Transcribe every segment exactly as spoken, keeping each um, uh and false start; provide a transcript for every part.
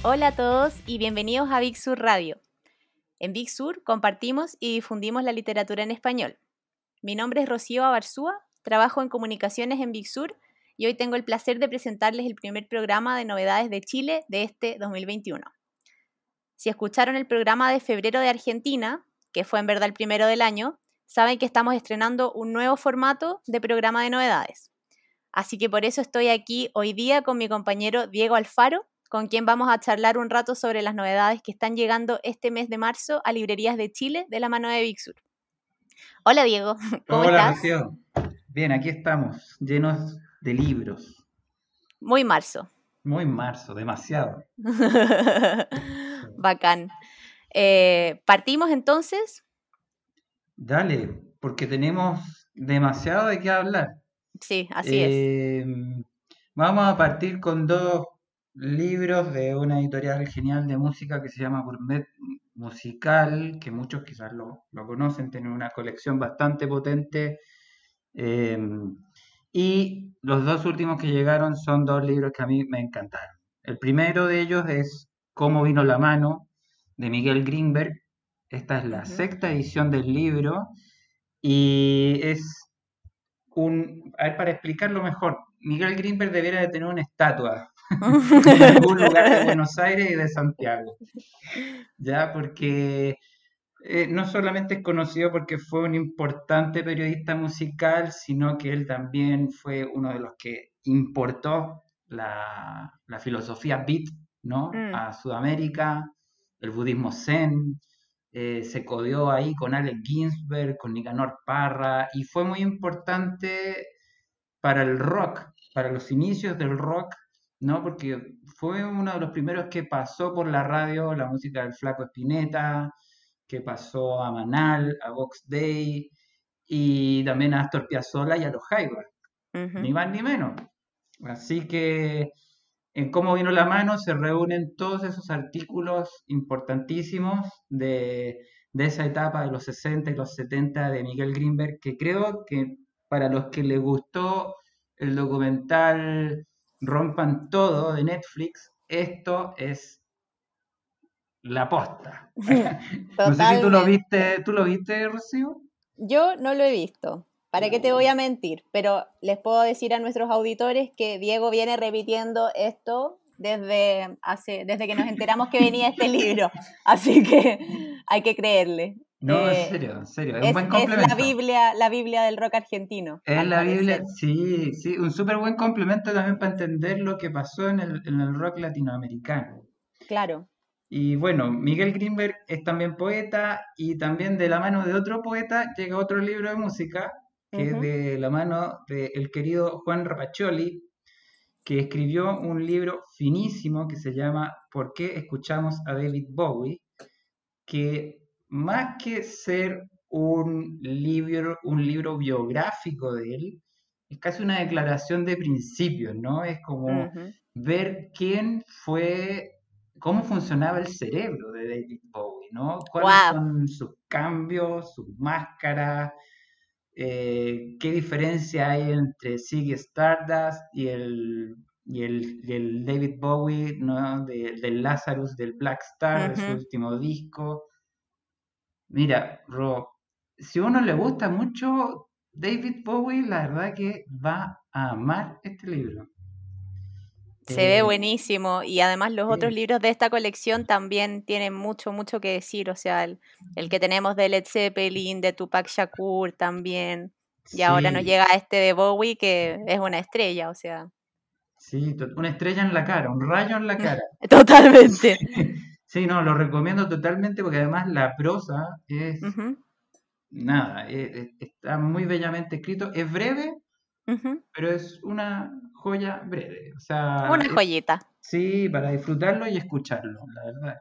Hola a todos y bienvenidos a Big Sur Radio. En Big Sur compartimos y difundimos la literatura en español. Mi nombre es Rocío Abarzúa, trabajo en comunicaciones en Big Sur y hoy tengo el placer de presentarles el primer programa de novedades de Chile de este dos mil veintiuno. Si escucharon el programa de febrero de Argentina, que fue en verdad el primero del año, saben que estamos estrenando un nuevo formato de programa de novedades. Así que por eso estoy aquí hoy día con mi compañero Diego Alfaro, con quien vamos a charlar un rato sobre las novedades que están llegando este mes de marzo a librerías de Chile de la mano de Big Sur. Hola Diego, ¿cómo Hola estás? Rocío. Bien, aquí estamos, llenos de libros. Muy marzo. Muy marzo, demasiado. Sí. Bacán. Eh, ¿Partimos entonces? Dale, porque tenemos demasiado de qué hablar. Sí, así es. Eh, Vamos a partir con dos libros de una editorial genial de música que se llama Gourmet Musical, que muchos quizás lo, lo conocen, tienen una colección bastante potente. eh, y los dos últimos que llegaron son dos libros que a mí me encantaron. El primero de ellos es Cómo vino la mano, de Miguel Greenberg. Esta es la Ujú. sexta edición del libro y es un... A ver, para explicarlo mejor, Miguel Greenberg debiera de tener una estatua en algún lugar de Buenos Aires y de Santiago, ¿ya? Porque eh, no solamente es conocido porque fue un importante periodista musical, sino que él también fue uno de los que importó la, la filosofía beat, ¿no? Mm, A Sudamérica, el budismo zen, eh, se codió ahí con Allen Ginsberg, con Nicanor Parra, y fue muy importante para el rock, para los inicios del rock, ¿no? Porque fue uno de los primeros que pasó por la radio la música del Flaco Espineta, que pasó a Manal, a Vox Day y también a Astor Piazzolla y a los Jaivas, ujú. ni más ni menos. Así que en Cómo vino la mano se reúnen todos esos artículos importantísimos de, de esa etapa de los sesenta y los setenta de Miguel Greenberg, que creo que para los que les gustó el documental Rompan Todo de Netflix, esto es la posta. No sé si tú lo Totalmente. viste, ¿tú lo viste, Rocío? Yo no lo he visto. ¿Para qué te voy a mentir? Pero les puedo decir a nuestros auditores que Diego viene repitiendo esto desde hace, desde que nos enteramos que venía este libro. Así que hay que creerle. No, en Eh, serio, en serio, es un es, buen es la complemento. Biblia, la Biblia del rock argentino, Es al la Biblia, parecer. sí, sí, un súper buen complemento también para entender lo que pasó en el, en el rock latinoamericano. Claro. Y bueno, Miguel Greenberg es también poeta y también de la mano de otro poeta llega otro libro de música que es Ujú. de la mano del querido Juan Rapaccioli, que escribió un libro finísimo que se llama ¿Por qué escuchamos a David Bowie? Que más que ser un libro, un libro biográfico de él, es casi una declaración de principios, ¿no? Es como Ujú. ver quién fue, cómo funcionaba el cerebro de David Bowie, ¿no? Cuáles Guau. son sus cambios, sus máscaras, eh, qué diferencia hay entre Ziggy Stardust y el, y el, y el David Bowie, ¿no? De- del Lazarus, del Black Star, de su Ujú. último disco. Mira, Ro, si a uno le gusta mucho David Bowie, la verdad que va a amar este libro. Se ve Eh, buenísimo y además los otros sí, libros de esta colección también tienen mucho, mucho que decir. O sea, el, el que tenemos de Led Zeppelin, de Tupac Shakur también. Y ahora nos sí, llega este de Bowie que es una estrella, o sea, sí, to- una estrella en la cara, un rayo en la cara. totalmente. Sí, no, lo recomiendo totalmente porque además la prosa es, Ujú, nada, eh, eh, está muy bellamente escrito. Es breve, ujú. pero es una joya breve. O sea, Una es- joyita, sí, para disfrutarlo y escucharlo, la verdad.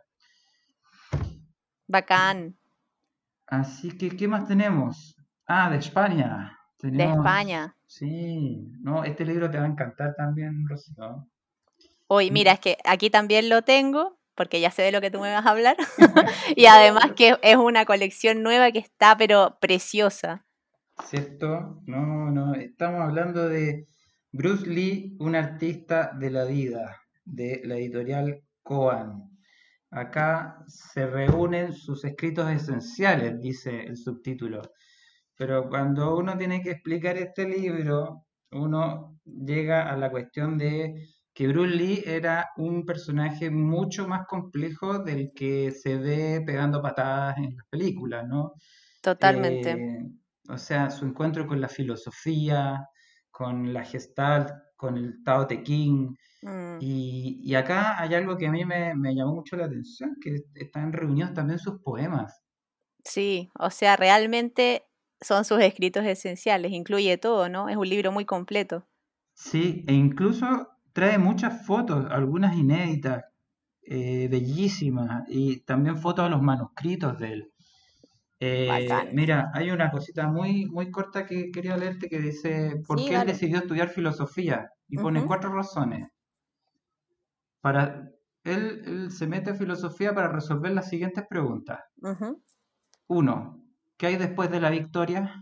bacán, Así que, ¿qué más tenemos? Ah, de España. de Tenemos, España. sí, no, este libro te va a encantar también, Rocío. Hoy, mira, es que aquí también lo tengo, porque ya sé de lo que tú me vas a hablar. Y además que es una colección nueva que está, pero preciosa. ¿Cierto? No, no, estamos hablando de Bruce Lee, un artista de la vida, de la editorial Coan. Acá se reúnen sus escritos esenciales, dice el subtítulo. Pero cuando uno tiene que explicar este libro, uno llega a la cuestión de que Bruce Lee era un personaje mucho más complejo del que se ve pegando patadas en las películas, ¿no? Totalmente. Eh, o sea, su encuentro con la filosofía, con la Gestalt, con el Tao Te Ching. Mm, Y, y acá hay algo que a mí me, me llamó mucho la atención, que están reunidos también sus poemas. sí, o sea, realmente son sus escritos esenciales, incluye todo, ¿no? Es un libro muy completo. Sí, e incluso trae muchas fotos, algunas inéditas, eh, bellísimas, y también fotos de los manuscritos de él. Eh, Bacán. mira, hay una cosita muy, muy corta que quería leerte que dice, ¿por Sí, qué él dale. decidió estudiar filosofía? Y pone Ujú, cuatro razones. Para, él, él se mete a filosofía para resolver las siguientes preguntas. ujú. Uno, ¿qué hay después de la victoria?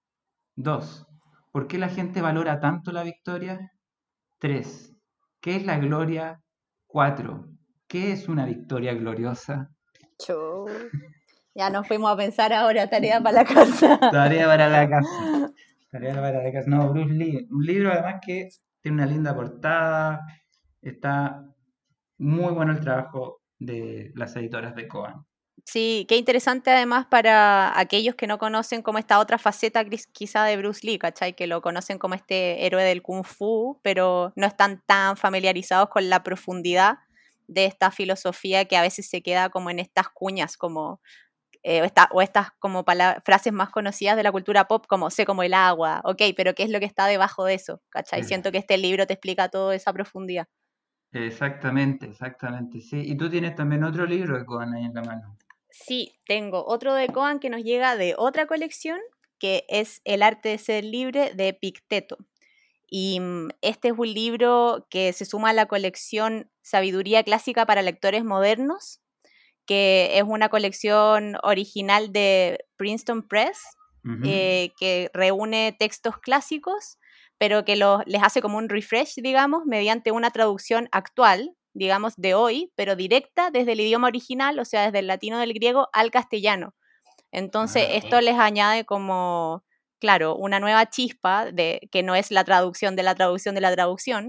Dos, ¿por qué la gente valora tanto la victoria? Tres, ¿qué es la gloria? Cuatro, ¿qué es una victoria gloriosa? Chu. Ya nos fuimos a pensar ahora, tarea para la casa. Tarea para la casa. Tarea para la casa. No, Bruce Lee. Un libro además que tiene una linda portada. Está muy bueno el trabajo de las editoras de Coan. Sí, qué interesante además para aquellos que no conocen como esta otra faceta quis- quizá de Bruce Lee, ¿cachai? Que lo conocen como este héroe del Kung Fu, pero no están tan familiarizados con la profundidad de esta filosofía que a veces se queda como en estas cuñas, como eh, o, esta- o estas como pala- frases más conocidas de la cultura pop, como sé como el agua, ok, pero ¿qué es lo que está debajo de eso? ¿Cachai? Es- Siento que este libro te explica toda esa profundidad. Exactamente, exactamente, sí. Y tú tienes también otro libro de Coan ahí en la mano. Sí, tengo otro de Coan que nos llega de otra colección, que es El arte de ser libre de Epicteto. Y mm, este es un libro que se suma a la colección Sabiduría Clásica para Lectores Modernos, que es una colección original de Princeton Press, Ujú. eh, que reúne textos clásicos, pero que los, les hace como un refresh, digamos, mediante una traducción actual, digamos, de hoy, pero directa desde el idioma original, o sea, desde el latino del griego al castellano. Entonces, Ah, esto les añade como, claro, una nueva chispa de que no es la traducción de la traducción de la traducción.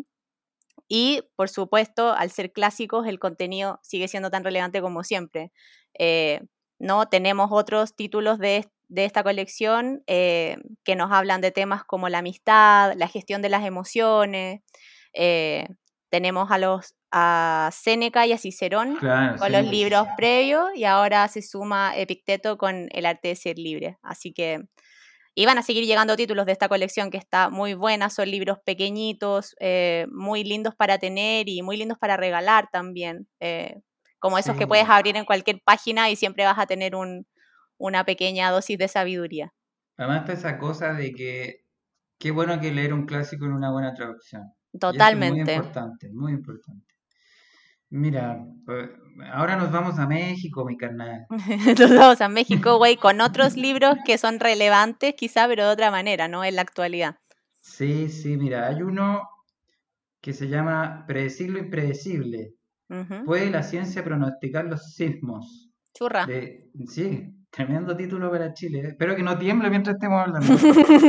Y, por supuesto, al ser clásicos, el contenido sigue siendo tan relevante como siempre. Eh, no tenemos otros títulos de, de esta colección eh, que nos hablan de temas como la amistad, la gestión de las emociones. Eh, tenemos a los a Séneca y a Cicerón claro, con los Seneca y libros Cicerón. previos y ahora se suma Epicteto con el arte de ser libre. Así que y van a seguir llegando títulos de esta colección que está muy buena, son libros pequeñitos, eh, muy lindos para tener y muy lindos para regalar también, eh, como esos que Sí, puedes abrir en cualquier página y siempre vas a tener un, una pequeña dosis de sabiduría. además está esa cosa de que qué bueno que leer un clásico en una buena traducción. Y eso es muy Totalmente. importante, muy importante. Mira, pues, ahora nos vamos a México, mi carnal. Nos vamos a México, güey, con otros libros que son relevantes quizá, pero de otra manera, ¿no? En la actualidad. Sí, sí, mira, hay uno que se llama Predecible Impredecible. Ujú. ¿Puede la ciencia pronosticar los sismos? Churra. De, sí, tremendo título para Chile. ¿Eh? Espero que no tiemble mientras estemos hablando.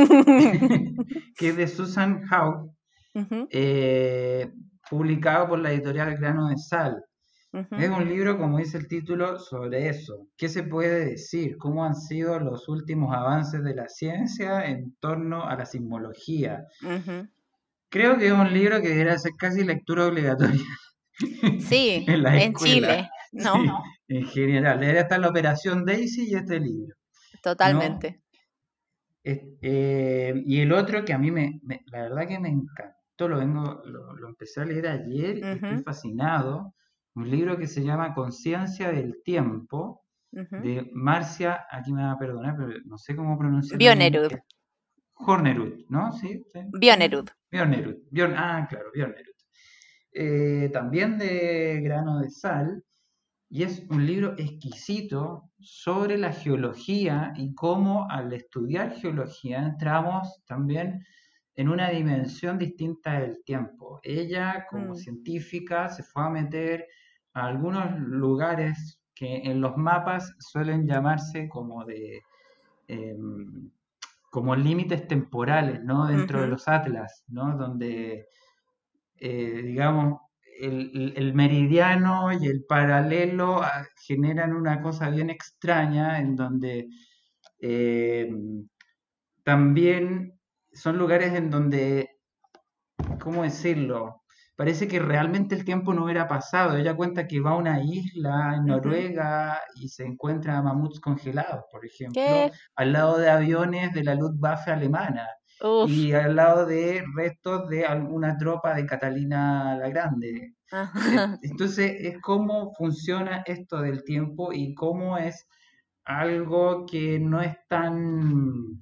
Que es de Susan Hauck, Ujú, eh, publicado por la editorial Grano de Sal. Es ujú, un libro, como dice el título, sobre eso. ¿Qué se puede decir? ¿Cómo han sido los últimos avances de la ciencia en torno a la sismología? ujú. Creo que es un libro que debería ser casi lectura obligatoria Sí, en la en escuela. Chile, Sí, ¿no? en general. Debería estar la Operación Daisy y este libro, ¿no? Totalmente. Es- eh, y el otro que a mí me, me- la verdad que me encantó, lo vengo, lo, lo empecé a leer ayer y estoy Ujú, fascinado. Un libro que se llama Conciencia del Tiempo, ujú. de Marcia, aquí me va a perdonar, pero no sé cómo pronunciarlo bien. Bionerud, eh, Hornerud, ¿no? Sí, sí, Hornerud. Bionerud. Bjornerud. Bjorn- ah, claro, Bjornerud. Eh, también de grano de sal, y es un libro exquisito sobre la geología y cómo al estudiar geología entramos también en una dimensión distinta del tiempo. Ella, como Mm, científica, se fue a meter a algunos lugares que en los mapas suelen llamarse como de em, como límites temporales, ¿no? Dentro de Ujú, los atlas, ¿no? Donde, eh, digamos, el, el- el meridiano y el paralelo ah, generan una cosa bien extraña en donde em, también son lugares en donde, ¿cómo decirlo? Parece que realmente el tiempo no hubiera pasado. Ella cuenta que va a una isla en ujú. Noruega y se encuentra mamuts congelados, por ejemplo, ¿Qué? al lado de aviones de la Luftwaffe alemana Uf. y al lado de restos de alguna tropa de Catalina la Grande. Eh, Ajá. Entonces, es cómo funciona esto del tiempo y cómo es algo que no es tan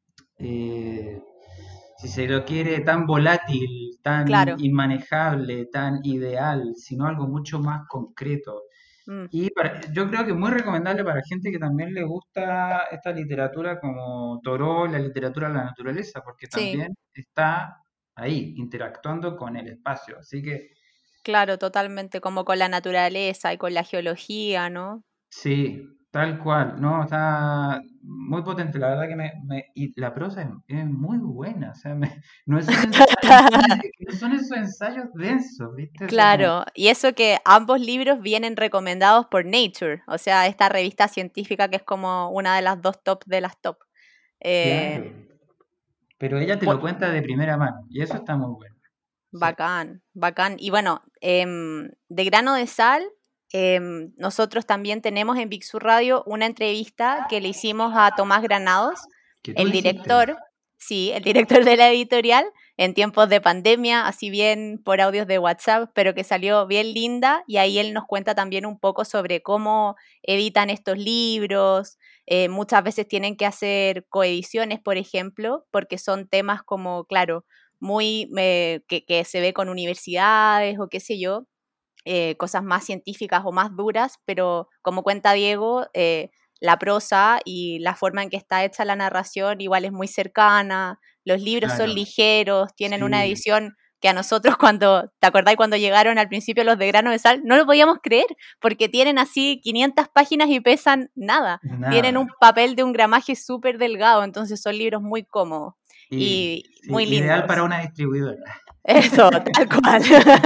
eh, si se lo quiere, tan volátil, tan Claro. inmanejable, tan ideal, sino algo mucho más concreto. Mm, Y para- yo creo que es muy recomendable para gente que también le gusta esta literatura como Thoreau, la literatura de la naturaleza, porque sí, también está ahí, interactuando con el espacio. Así que claro, totalmente, como con la naturaleza y con la geología, ¿no? sí, tal cual, no, está muy potente, la verdad que me, me- y la prosa es, es muy buena, o sea, me- no es un ensayo, no son esos ensayos densos, ¿viste? O sea, como, Claro, y eso que ambos libros vienen recomendados por Nature, o sea, esta revista científica que es como una de las dos top de las top. claro, Eh, pero ella te lo bu- cuenta de primera mano, y eso está muy bueno, sí, Bacán, bacán. Y bueno, em, de grano de sal, em, nosotros también tenemos en Big Sur Radio una entrevista que le hicimos a Tomás Granados, que tú el hiciste, director, sí, el director de la editorial, en tiempos de pandemia, así bien por audios de WhatsApp, pero que salió bien linda y ahí él nos cuenta también un poco sobre cómo editan estos libros. Eh, muchas veces tienen que hacer coediciones, por ejemplo, porque son temas como, claro, muy eh, que, que, se ve con universidades o qué sé yo, eh, cosas más científicas o más duras, pero como cuenta Diego, eh, la prosa y la forma en que está hecha la narración igual es muy cercana, los libros son claro, ligeros, tienen una sí, edición que a nosotros cuando, ¿te acordás cuando llegaron al principio los de grano de sal? No lo podíamos creer, porque tienen así quinientas páginas y pesan nada, tienen nada, un papel de un gramaje súper delgado, entonces son libros muy cómodos y y sí, muy ideal para lindos. una distribuidora, Eso, tal cual.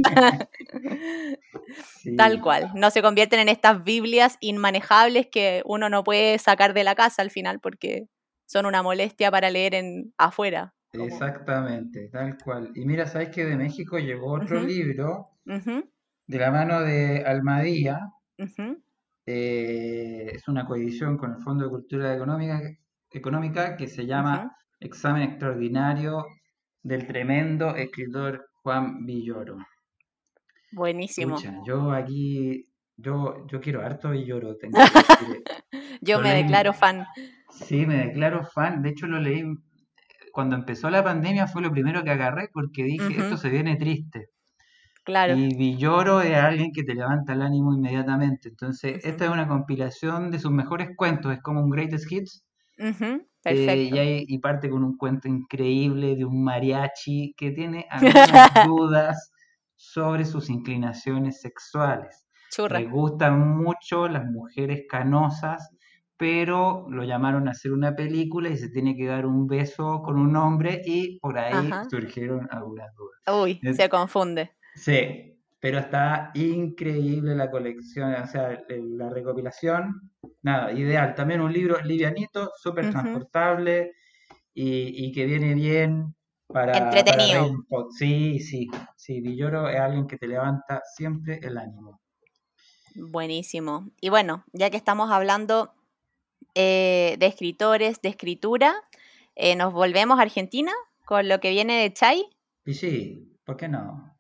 Tal sí, cual. No se convierten en estas Biblias inmanejables que uno no puede sacar de la casa al final porque son una molestia para leer en afuera. Como... exactamente, tal cual. Y mira, ¿sabes que de México llegó otro Ujú, libro ujú, de la mano de Almadía? ujú, Eh, es una coedición con el Fondo de Cultura Económica, Económica que se llama ujú. Examen Extraordinario del tremendo escritor Juan Villoro. Buenísimo. Pucha, yo aquí, yo, yo quiero harto Villoro, tengo que decir. Yo Lo me leí, declaro fan. sí, me declaro fan. De hecho, lo leí cuando empezó la pandemia, fue lo primero que agarré porque dije, esto Ujú, se viene triste. claro. Y Villoro es alguien que te levanta el ánimo inmediatamente. Entonces, Ujú, esta es una compilación de sus mejores cuentos, es como un greatest hits. ujú, eh, y, perfecto. hay- y parte con un cuento increíble de un mariachi que tiene algunas dudas sobre sus inclinaciones sexuales. Le Churra. gustan mucho las mujeres canosas, pero lo llamaron a hacer una película y se tiene que dar un beso con un hombre y por ahí Ajá. surgieron algunas dudas. Uy, Eh, se confunde. Sí, pero está increíble la colección, o sea, el- la recopilación, nada, ideal. También un libro livianito, súper Ujú, transportable y, y que viene bien para, para entretenido. reír un poco. Sí, sí, sí, Villoro es alguien que te levanta siempre el ánimo. Buenísimo. Y bueno, ya que estamos hablando eh, de escritores, de escritura, eh, nos volvemos a Argentina con lo que viene de Chai. Y sí, ¿por qué no?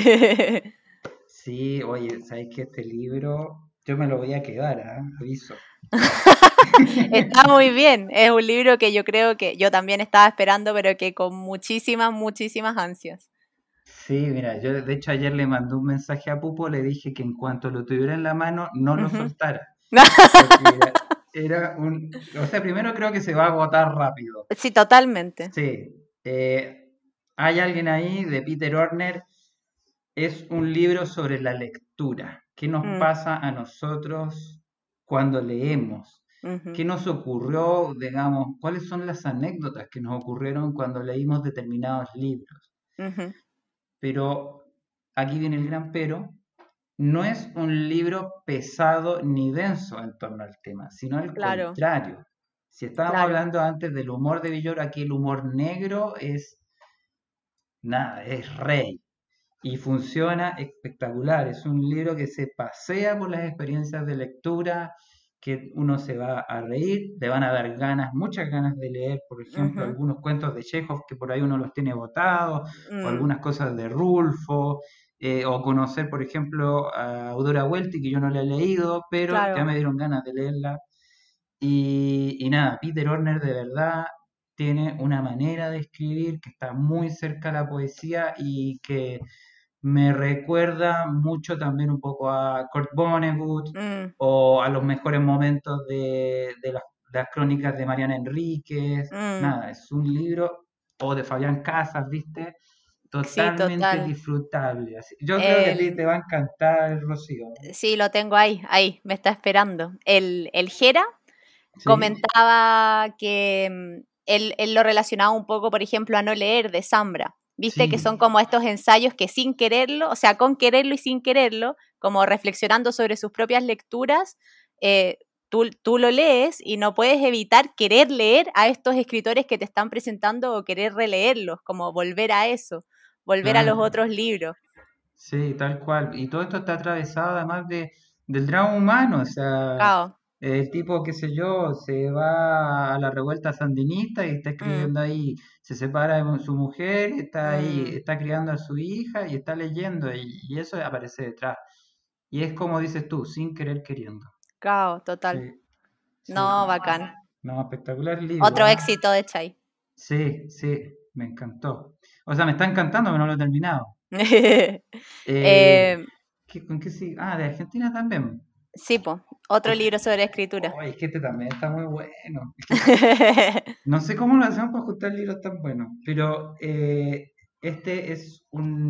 Sí, oye, ¿sabes que este libro yo me lo voy a quedar, ah? Aviso. Está muy bien, es un libro que yo creo que yo también estaba esperando, pero que con muchísimas, muchísimas ansias. Sí, mira, yo de hecho ayer le mandé un mensaje a Pupo, le dije que en cuanto lo tuviera en la mano no lo Ujú. soltara, porque era, era un, o sea, primero creo que se va a agotar rápido. Sí, totalmente. Sí, eh, hay alguien ahí de Peter Orner, es un libro sobre la lectura, ¿Qué nos Mm, pasa a nosotros cuando leemos? ujú, ¿Qué nos ocurrió, digamos, cuáles son las anécdotas que nos ocurrieron cuando leímos determinados libros? ujú. Pero aquí viene el gran pero, no es un libro pesado ni denso en torno al tema, sino al Claro, contrario. Si estábamos claro. hablando antes del humor de Villoro, aquí el humor negro es nada, es rey y funciona espectacular. Es un libro que se pasea por las experiencias de lectura, que uno se va a reír, le van a dar ganas, muchas ganas de leer, por ejemplo, Ujú, algunos cuentos de Chekhov que por ahí uno los tiene botados, o mm, algunas cosas de Rulfo, eh, o conocer, por ejemplo, a Aurora Welty, que yo no la he leído, pero ya claro. me dieron ganas de leerla. Y, y nada, Peter Orner de verdad tiene una manera de escribir que está muy cerca a la poesía y que me recuerda mucho también un poco a Kurt Vonnegut Mm, o a los mejores momentos de, de las, de las crónicas de Mariana Enríquez. mm. Nada, es un libro, o de Fabián Casas, ¿viste? Sí, Totalmente total. disfrutable. Así- Yo creo que a ti El, te va a encantar, Rocío. sí, lo tengo ahí, ahí, me está esperando. El, el Jera ¿Sí? comentaba que mm, él, él lo relacionaba un poco, por ejemplo, a No leer de Zambra. Viste que son Sí, como estos ensayos que sin quererlo, o sea, con quererlo y sin quererlo, como reflexionando sobre sus propias lecturas, eh, tú, tú lo lees y no puedes evitar querer leer a estos escritores que te están presentando o querer releerlos, como volver a eso, volver a los claro. otros libros. Sí, tal cual. Y todo esto está atravesado además de, del drama humano. O sea, Cao. el tipo, qué sé yo, se va a la revuelta sandinista y está Mm, escribiendo ahí, se separa de su mujer, está ahí, mm, está criando a su hija y está leyendo y, y eso aparece detrás. Y es como dices tú, sin querer queriendo. cao, total. Sí, sí. No, bacán. No, espectacular libro, Otro ¿ah? éxito de Chai. Sí, sí, me encantó. O sea, me está encantando, pero no lo he terminado. Eh, Eh, ¿qué- ¿con qué sí? Ah, de Argentina también. sí, po, otro Este, libro sobre escritura. oh, es que este también está muy bueno. Es que no sé cómo lo hacemos para juntar libros tan buenos, pero eh, este es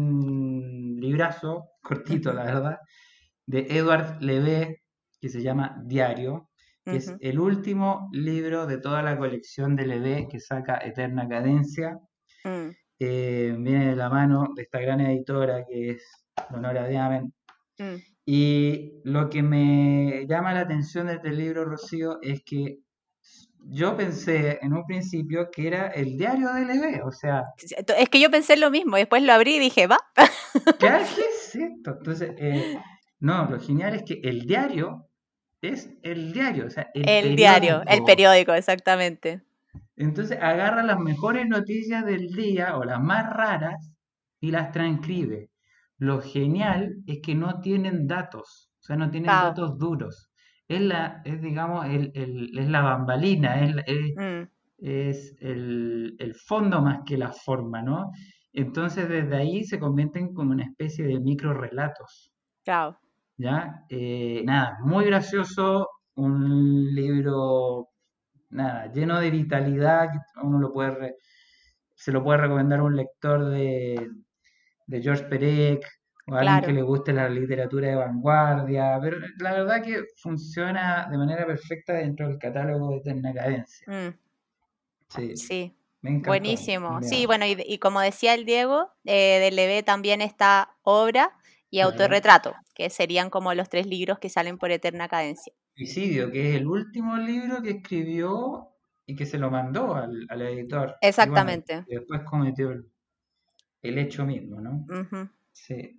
un librazo, cortito, Ujú, la verdad, de Edward Levé, que se llama Diario, que es ujú, el último libro de toda la colección de Levé que saca Eterna Cadencia. mm, Eh, viene de la mano de esta gran editora que es Leonora Diamant. mm. Y lo que me llama la atención de este libro, Rocío, es que yo pensé en un principio que era el diario de Levé, o sea, Es que yo pensé lo mismo, después lo abrí y dije, va. ¿qué, qué es esto? Entonces, eh, no, lo genial es que el diario es el diario, o sea, el El diario, el periódico. periódico, exactamente. Entonces agarra las mejores noticias del día o las más raras y las transcribe. Lo genial es que no tienen datos, o sea, no tienen Cao. datos duros. Es la, es, digamos, el, el- es la bambalina, es, la- es- Mm, es el, el fondo más que la forma, ¿no? Entonces desde ahí se convierten como una especie de micro relatos, cao. ¿ya? Eh, nada, muy gracioso, un libro nada, lleno de vitalidad, que uno lo puede re- se lo puede recomendar a un lector de, de George Perec o a alguien que Claro. le guste la literatura de vanguardia, pero la verdad que funciona de manera perfecta dentro del catálogo de Eterna Cadencia. Mm, Sí, sí. me encantó. Buenísimo. Sí, Mira, bueno, y, y como decía el Diego, eh, de Levé también está Obra y claro. Autorretrato, que serían como los tres libros que salen por Eterna Cadencia. Suicidio, que es el último libro que escribió y que se lo mandó al, al editor. Y bueno, Exactamente. y después cometió el, el hecho mismo, ¿no? Ujú. Sí.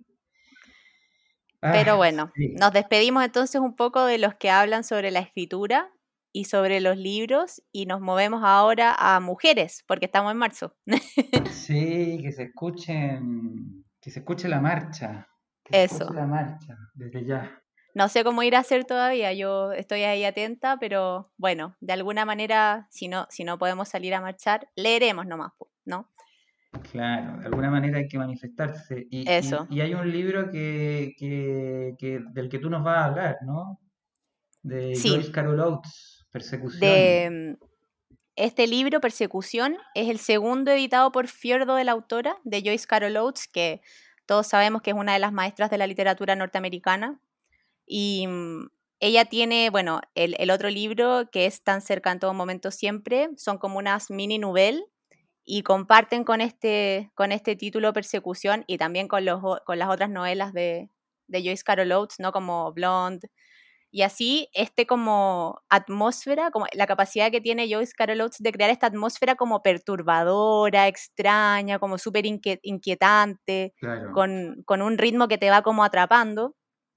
Pero Ah, bueno, sí. nos despedimos entonces un poco de los que hablan sobre la escritura y sobre los libros y nos movemos ahora a mujeres, porque estamos en marzo. Sí, que se escuchen, que se escuche la marcha, que se escuche Eso. la marcha desde ya. No sé cómo ir a hacer todavía, yo estoy ahí atenta, pero bueno, de alguna manera, si no, si no podemos salir a marchar, leeremos nomás, po, ¿no? Claro, de alguna manera hay que manifestarse. Y, y- Eso. y hay un libro que, que- que- del que tú nos vas a hablar, ¿no? De Sí, Joyce Carol Oates, Persecución. de mm, este libro, Persecución, es el segundo editado por Fiordo de la autora, de Joyce Carol Oates, que todos sabemos que es una de las maestras de la literatura norteamericana. Y mm, ella tiene, bueno, el, el otro libro que es Tan cerca en todo momento siempre, son como unas mini novelas y comparten con este, con este título Persecución y también con, los, con las otras novelas de, de Joyce Carol Oates, ¿no? Como Blonde. Y así, este como atmósfera, como la capacidad que tiene Joyce Carol Oates de crear esta atmósfera como perturbadora, extraña, como súper inquietante, Claro. con, con un ritmo que te va como atrapando.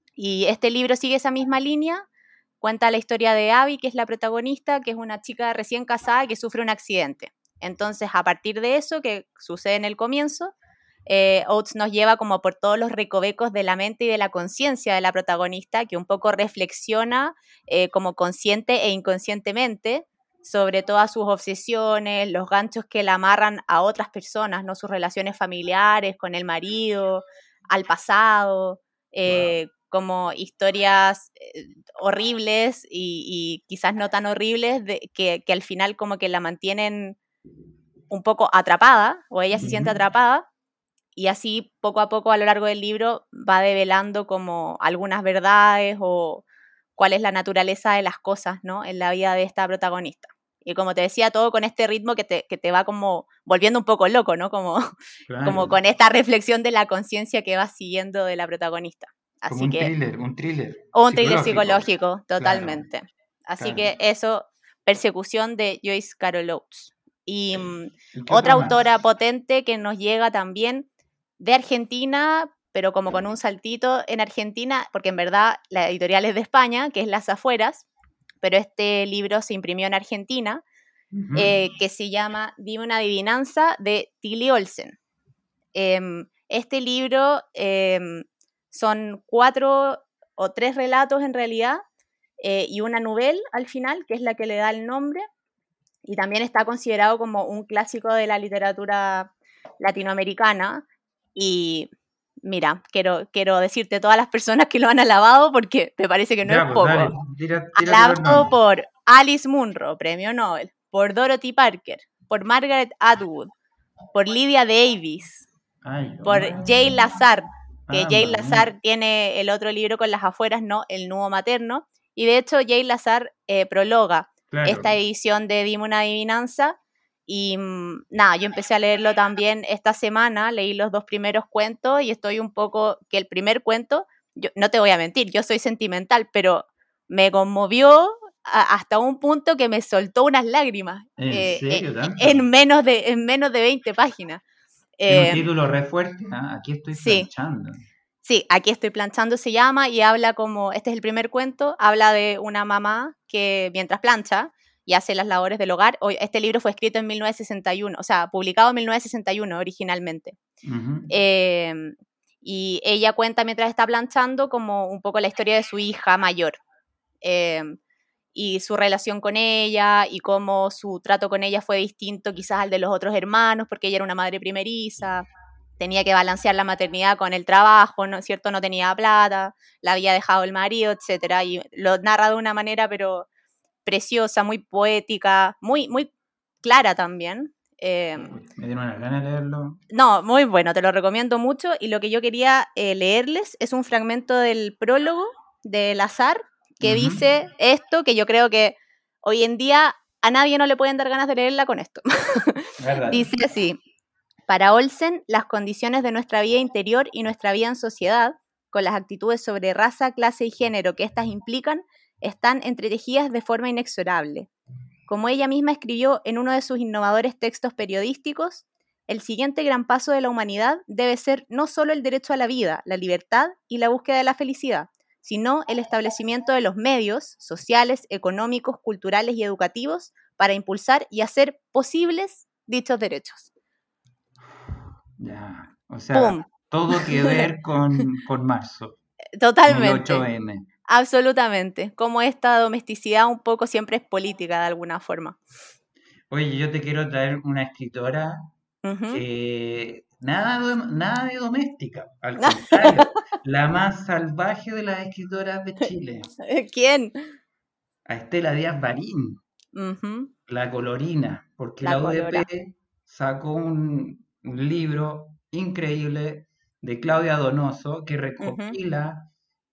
Y este libro sigue esa misma línea, cuenta la historia de Abby, que es la protagonista, que es una chica recién casada que sufre un accidente. Entonces, a partir de eso, que sucede en el comienzo, eh, Oates nos lleva como por todos los recovecos de la mente y de la conciencia de la protagonista, que un poco reflexiona eh, como consciente e inconscientemente sobre todas sus obsesiones, los ganchos que la amarran a otras personas, ¿no? Sus relaciones familiares, con el marido, al pasado, eh, wow. Como historias eh, horribles y, y, quizás no tan horribles, de, que, que al final como que la mantienen un poco atrapada, o ella uh-huh. se siente atrapada, y así poco a poco a lo largo del libro va develando como algunas verdades o cuál es la naturaleza de las cosas, ¿no? En la vida de esta protagonista. Y como te decía, todo con este ritmo que te, que te va como volviendo un poco loco, ¿no? Como, claro. como con esta reflexión de la conciencia que va siguiendo de la protagonista. Así como un que, thriller, un thriller. Un thriller psicológico, totalmente. Claro, Así claro. que eso, Persecución de Joyce Carol Oates. Y, ¿Y otra autora más? potente que nos llega también de Argentina, pero como con un saltito en Argentina, porque en verdad la editorial es de España, que es Las Afueras, pero este libro se imprimió en Argentina, uh-huh. eh, que se llama Dime una adivinanza, de Tilly Olsen. Eh, este libro eh, son cuatro o tres relatos en realidad, eh, y una novela al final, que es la que le da el nombre, y también está considerado como un clásico de la literatura latinoamericana. Y mira, quiero, quiero decirte todas las personas que lo han alabado, porque me parece que no ya, es pues, poco. Dale, tira, alabado por Alice Munro, premio Nobel, por Dorothy Parker, por Margaret Atwood, por Lydia Davis, Ay, por oh, Jay Lazar, que ah, Jay Lazar tiene el otro libro con Las Afueras, ¿no? El Nudo Materno, y de hecho Jay Lazar eh, prologa claro. esta edición de Dime una adivinanza, y mmm, nada, yo empecé a leerlo también esta semana, leí los dos primeros cuentos y estoy un poco, que el primer cuento, yo, no te voy a mentir, yo soy sentimental, pero me conmovió a, hasta un punto que me soltó unas lágrimas. ¿En eh, serio, eh, tanto? En menos de, en menos de veinte páginas. Tiene un eh, título re fuerte, ¿eh? Aquí estoy sí, planchando. Sí, Aquí estoy planchando se llama, y habla como, este es el primer cuento, habla de una mamá que mientras plancha y hace las labores del hogar. Este libro fue escrito en mil novecientos sesenta y uno, o sea, publicado en mil novecientos sesenta y uno originalmente. Uh-huh. Eh, y ella cuenta mientras está planchando como un poco la historia de su hija mayor. Eh, y su relación con ella, y cómo su trato con ella fue distinto quizás al de los otros hermanos, porque ella era una madre primeriza, tenía que balancear la maternidad con el trabajo, ¿no es cierto? No tenía plata, la había dejado el marido, etcétera, y lo narra de una manera pero preciosa, muy poética, muy, muy clara también. Eh, Me dieron unas ganas de leerlo. No, muy bueno, te lo recomiendo mucho, y lo que yo quería eh, leerles es un fragmento del prólogo de Lazar, que uh-huh. dice esto, que yo creo que hoy en día a nadie no le pueden dar ganas de leerla con esto. Dice así: para Olsen, las condiciones de nuestra vida interior y nuestra vida en sociedad, con las actitudes sobre raza, clase y género que éstas implican, están entretejidas de forma inexorable. Como ella misma escribió en uno de sus innovadores textos periodísticos, el siguiente gran paso de la humanidad debe ser no solo el derecho a la vida, la libertad y la búsqueda de la felicidad, sino el establecimiento de los medios sociales, económicos, culturales y educativos para impulsar y hacer posibles dichos derechos. Ya, o sea, ¡pum! Todo que ver con, con marzo. Totalmente. El ocho eme. Absolutamente. Como esta domesticidad un poco siempre es política de alguna forma. Oye, yo te quiero traer una escritora uh-huh. que nada, nada de doméstica, al contrario, la más salvaje de las escritoras de Chile. ¿Quién? A Estela Díaz Barín, uh-huh. la colorina, porque la, la U D P colora. Sacó un, un libro increíble de Claudia Donoso que recopila uh-huh.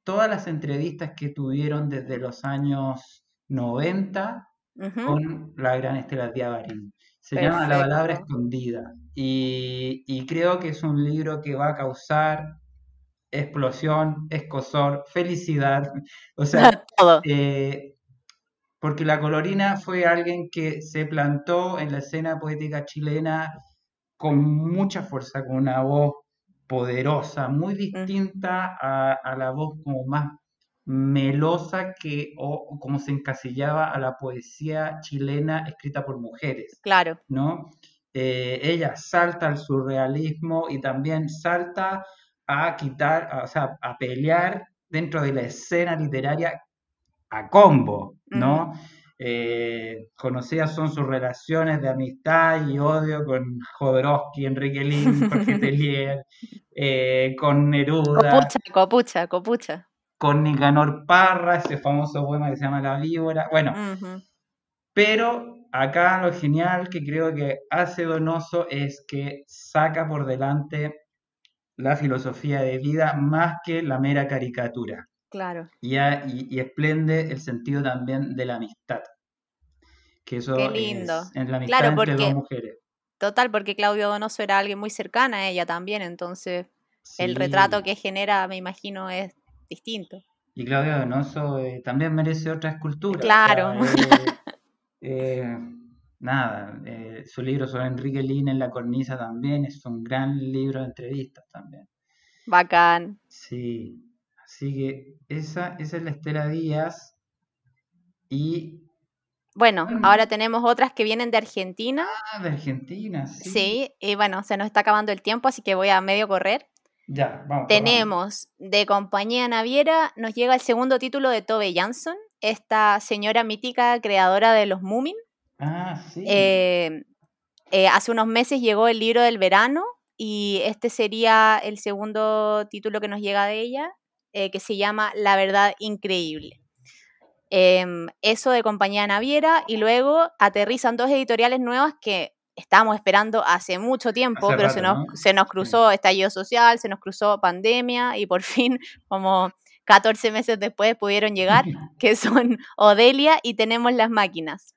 todas las entrevistas que tuvieron desde los años noventa Ujú. con la gran Estela Diavarín. Se llama La palabra Perfecto. escondida y, y creo que es un libro que va a causar explosión, escozor, felicidad. O sea, Todo. eh, porque la Colorina fue alguien que se plantó en la escena poética chilena con mucha fuerza, con una voz poderosa, muy Mm, distinta a, a la voz como más melosa que, o, o como se encasillaba a la poesía chilena escrita por mujeres, claro. ¿no? Eh, ella salta al surrealismo y también salta a quitar, a- o sea, a pelear dentro de la escena literaria a combo, Ujú. ¿no? Eh, conocidas son sus relaciones de amistad y odio con Jodorowsky, Enrique Lin, Jorge Telier, eh, con Neruda, Copucha, copucha, copucha. con Nicanor Parra, ese famoso poema que se llama La Víbora. Bueno, Ujú. pero acá lo genial que creo que hace Donoso es que saca por delante la filosofía de vida más que la mera caricatura. Claro. Y, a- y, y esplende el sentido también de la amistad, que Qué eso es lindo. en la amistad Claro, entre dos porque, mujeres. total, porque Claudio Donoso era alguien muy cercana a ella también, entonces el retrato Sí, que genera, me imagino, es distinto. y Claudio Donoso eh, también merece otra escultura, o Claro. sea, eh, eh, nada, eh, su libro sobre Enrique Lin en la cornisa también es un gran libro de entrevistas también. Bacán. Sí, así que esa, esa es la Estela Díaz y Bueno, ahora bueno, tenemos otras que vienen de Argentina. ah, de Argentina, sí. Sí, y bueno, se nos está acabando el tiempo, así que voy a medio correr. Ya, vamos, corramos. Tenemos de Compañía Naviera, nos llega el segundo título de Tove Jansson, esta señora mítica creadora de los Moomin. Ah, sí, Eh, eh, hace unos meses llegó el libro del verano y este sería el segundo título que nos llega de ella, eh, que se llama La verdad increíble. Em, eso de Compañía Naviera y luego aterrizan dos editoriales nuevas que estábamos esperando hace mucho tiempo, hace pero se rato, nos, ¿no? se nos Sí. cruzó estallido social, se nos cruzó pandemia y por fin, como catorce meses después, pudieron llegar, que son Odelia y Tenemos las máquinas.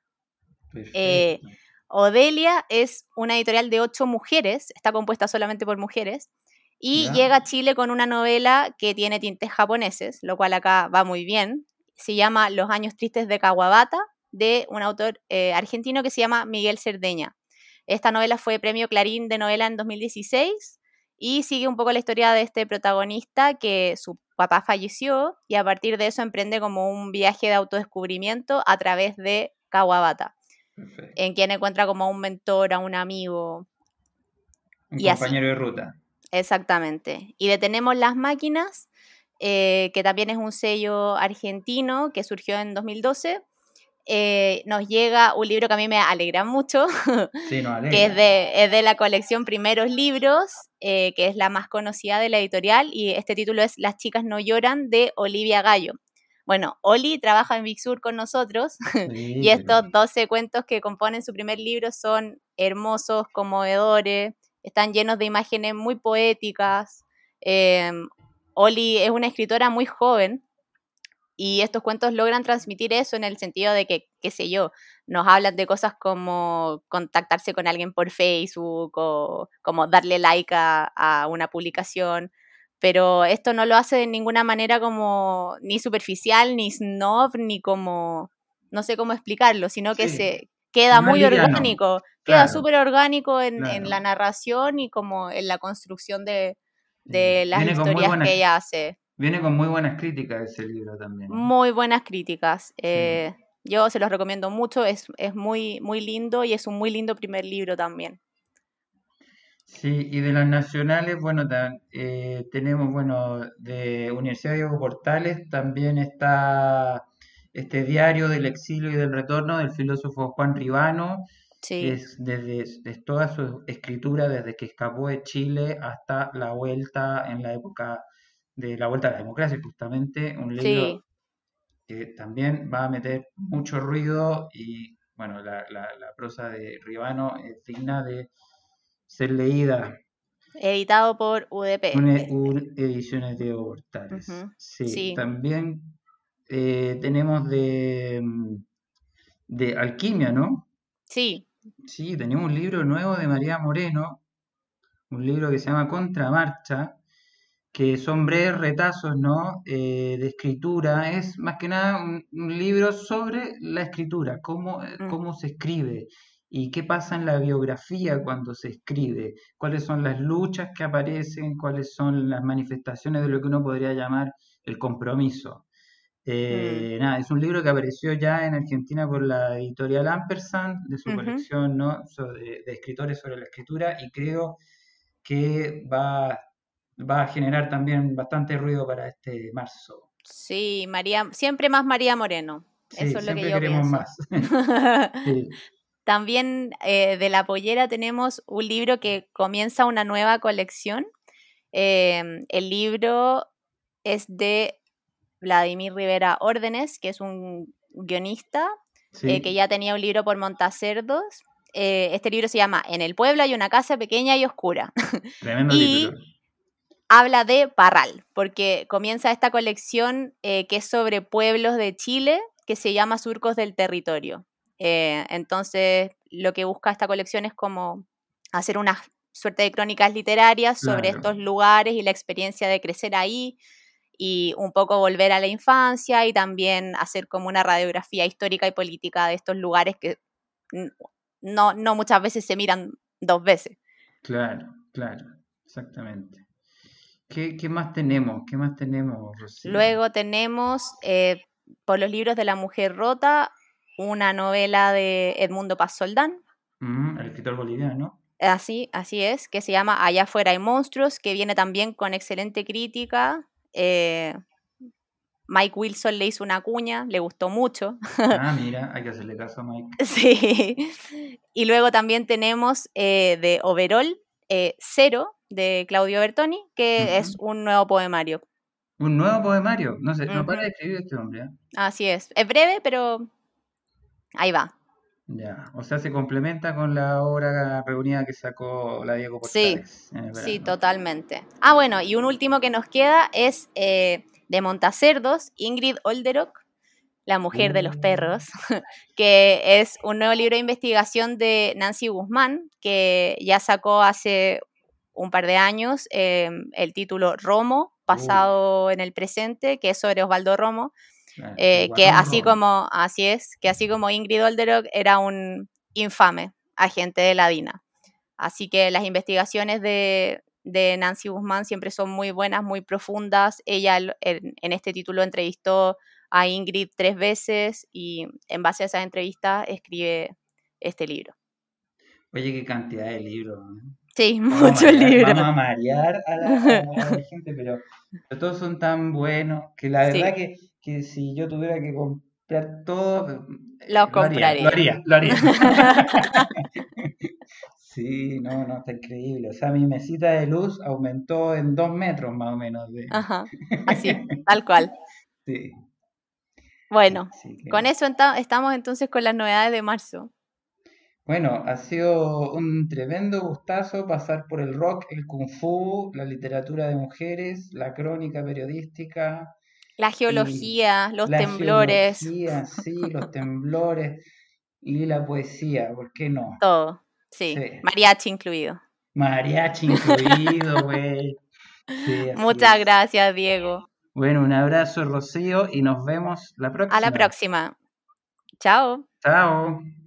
Eh, Perfecto. Odelia es una editorial de ocho mujeres, está compuesta solamente por mujeres, y ¿Ya? llega a Chile con una novela que tiene tintes japoneses, lo cual acá va muy bien. Se llama Los años tristes de Kawabata, de un autor eh, argentino que se llama Miguel Cerdeña. Esta novela fue premio Clarín de novela en dos mil dieciséis y sigue un poco la historia de este protagonista que su papá falleció y a partir de eso emprende como un viaje de autodescubrimiento a través de Kawabata, Perfecto. en quien encuentra como a un mentor, a un amigo Un y así, compañero de ruta. exactamente. Y detenemos las máquinas, eh, que también es un sello argentino que surgió en dos mil doce. Eh, nos llega un libro que a mí me alegra mucho, Sí, nos que es alegra. de, es de la colección Primeros Libros, eh, que es la más conocida de la editorial, y este título es Las chicas no lloran, de Olivia Gallo. Bueno, Oli trabaja en Big Sur con nosotros y Sí, pero estos doce cuentos que componen su primer libro son hermosos, conmovedores, están llenos de imágenes muy poéticas. Eh, Oli es una escritora muy joven y estos cuentos logran transmitir eso en el sentido de que, qué sé yo, nos hablan de cosas como contactarse con alguien por Facebook o como darle like a, a una publicación, pero esto no lo hace de ninguna manera como ni superficial, ni snob, ni como, no sé cómo explicarlo, sino que sí, se queda más muy liviano. orgánico, queda Claro, súper orgánico en, en la claro. narración y como en la construcción de, Eh, de las viene con muy historias buenas, que ella hace. viene con muy buenas críticas ese libro también, ¿eh? Muy buenas críticas. Sí. Eh, yo se los recomiendo mucho, es, es muy, muy lindo y es un muy lindo primer libro también. Sí, y de las nacionales, bueno, ta- eh, tenemos, bueno, de Universidad Diego Portales también está este diario del exilio y del retorno del filósofo Juan Ribano, que Sí, es desde es toda su escritura, desde que escapó de Chile hasta la vuelta en la época de la vuelta a la democracia, justamente, un libro sí, que también va a meter mucho ruido y, bueno, la, la la prosa de Ribano es digna de ser leída. editado por U D P. Una, Eh, un- ediciones de Portales. ujú, Sí, sí, también eh, tenemos de, mm, de Alquimia, ¿no? sí. Sí, tenemos un libro nuevo de María Moreno, un libro que se llama Contramarcha, que son breves retazos, ¿no? Eh, de escritura. Es más que nada un, un libro sobre la escritura, cómo, eh, Mm, cómo se escribe y qué pasa en la biografía cuando se escribe, cuáles son las luchas que aparecen, cuáles son las manifestaciones de lo que uno podría llamar el compromiso. mm, Eh, nada, es un libro que apareció ya en Argentina por la editorial Ampersand, de su ujú. colección, ¿no? sobre- de escritores sobre la escritura, y creo que va, va a generar también bastante ruido para este marzo. Sí, María, siempre más María Moreno. Sí, Eso es lo que siempre yo queremos pienso. más. Sí. También eh, de La Pollera tenemos un libro que comienza una nueva colección. Eh, el libro es de Vladimir Rivera Órdenes, que es un guionista eh, que Sí, ya tenía un libro por Montacerdos. Eh, este libro se llama En el pueblo hay una casa pequeña y oscura. tremendo título. Y habla de Parral, porque comienza esta colección eh, que es sobre pueblos de Chile, que se llama Surcos del Territorio. Eh, entonces, lo que busca esta colección es como hacer una suerte de crónicas literarias sobre Claro, estos lugares y la experiencia de crecer ahí y un poco volver a la infancia y también hacer como una radiografía histórica y política de estos lugares que no, no muchas veces se miran dos veces. claro, claro, exactamente. ¿Qué, qué más tenemos? ¿Qué más tenemos, Rocío? Luego tenemos, eh, por los libros de La Mujer Rota, una novela de Edmundo Paz Soldán, Mm, el escritor boliviano. así, así es, que se llama Allá afuera hay monstruos, que viene también con excelente crítica. Eh, Mike Wilson le hizo una cuña, le gustó mucho. Ah, mira, hay que hacerle caso a Mike. Sí. Y luego también tenemos eh, de Overall, eh, Cero, de Claudio Bertoni, que es Ujú. un nuevo poemario. Un nuevo poemario. No sé, no para Ujú, de escribir este hombre, ¿eh? así es. Es breve, pero ahí va. Ya, o sea, se complementa con la obra reunida que sacó la Diego Sí, Portales en el sí, verano. totalmente. Ah, bueno, y un último que nos queda es eh, de Montacerdos, Ingrid Olderock, La mujer de los Uh, perros, que es un nuevo libro de investigación de Nancy Guzmán, que ya sacó hace un par de años eh, el título Romo, uh, pasado en el presente, que es sobre Osvaldo Romo, claro, el eh, que guatón así Romo. como, así es, que así como Ingrid Olderock era un infame agente de la DINA. Así que las investigaciones de, de Nancy Guzmán siempre son muy buenas, muy profundas. Ella en, en este título entrevistó a Ingrid tres veces y en base a esas entrevistas escribe este libro. Oye, qué cantidad de libros, ¿eh? Sí, Vamos a muchos marear, vamos libros. a marear a la, a- a la gente, pero, pero todos son tan buenos que la verdad Sí, que, que si yo tuviera que comprar todo, los eh, lo haría, lo compraría. haría, lo haría. Sí, no, no, está increíble. O sea, mi mesita de luz aumentó en dos metros más o menos de... Ajá, así, tal cual. Sí, Bueno, así con que... eso enta- estamos entonces con las novedades de marzo. Bueno, ha sido un tremendo gustazo pasar por el rock, el kung fu, la literatura de mujeres, la crónica periodística La y geología, los la temblores, geología, sí, los temblores y la poesía, ¿por qué no? todo. Sí, Sí, mariachi incluido. mariachi incluido, güey. Sí, así Muchas es. gracias, Diego. Bueno, un abrazo, Rocío, y nos vemos la A la próxima. próxima. Chao. Chao.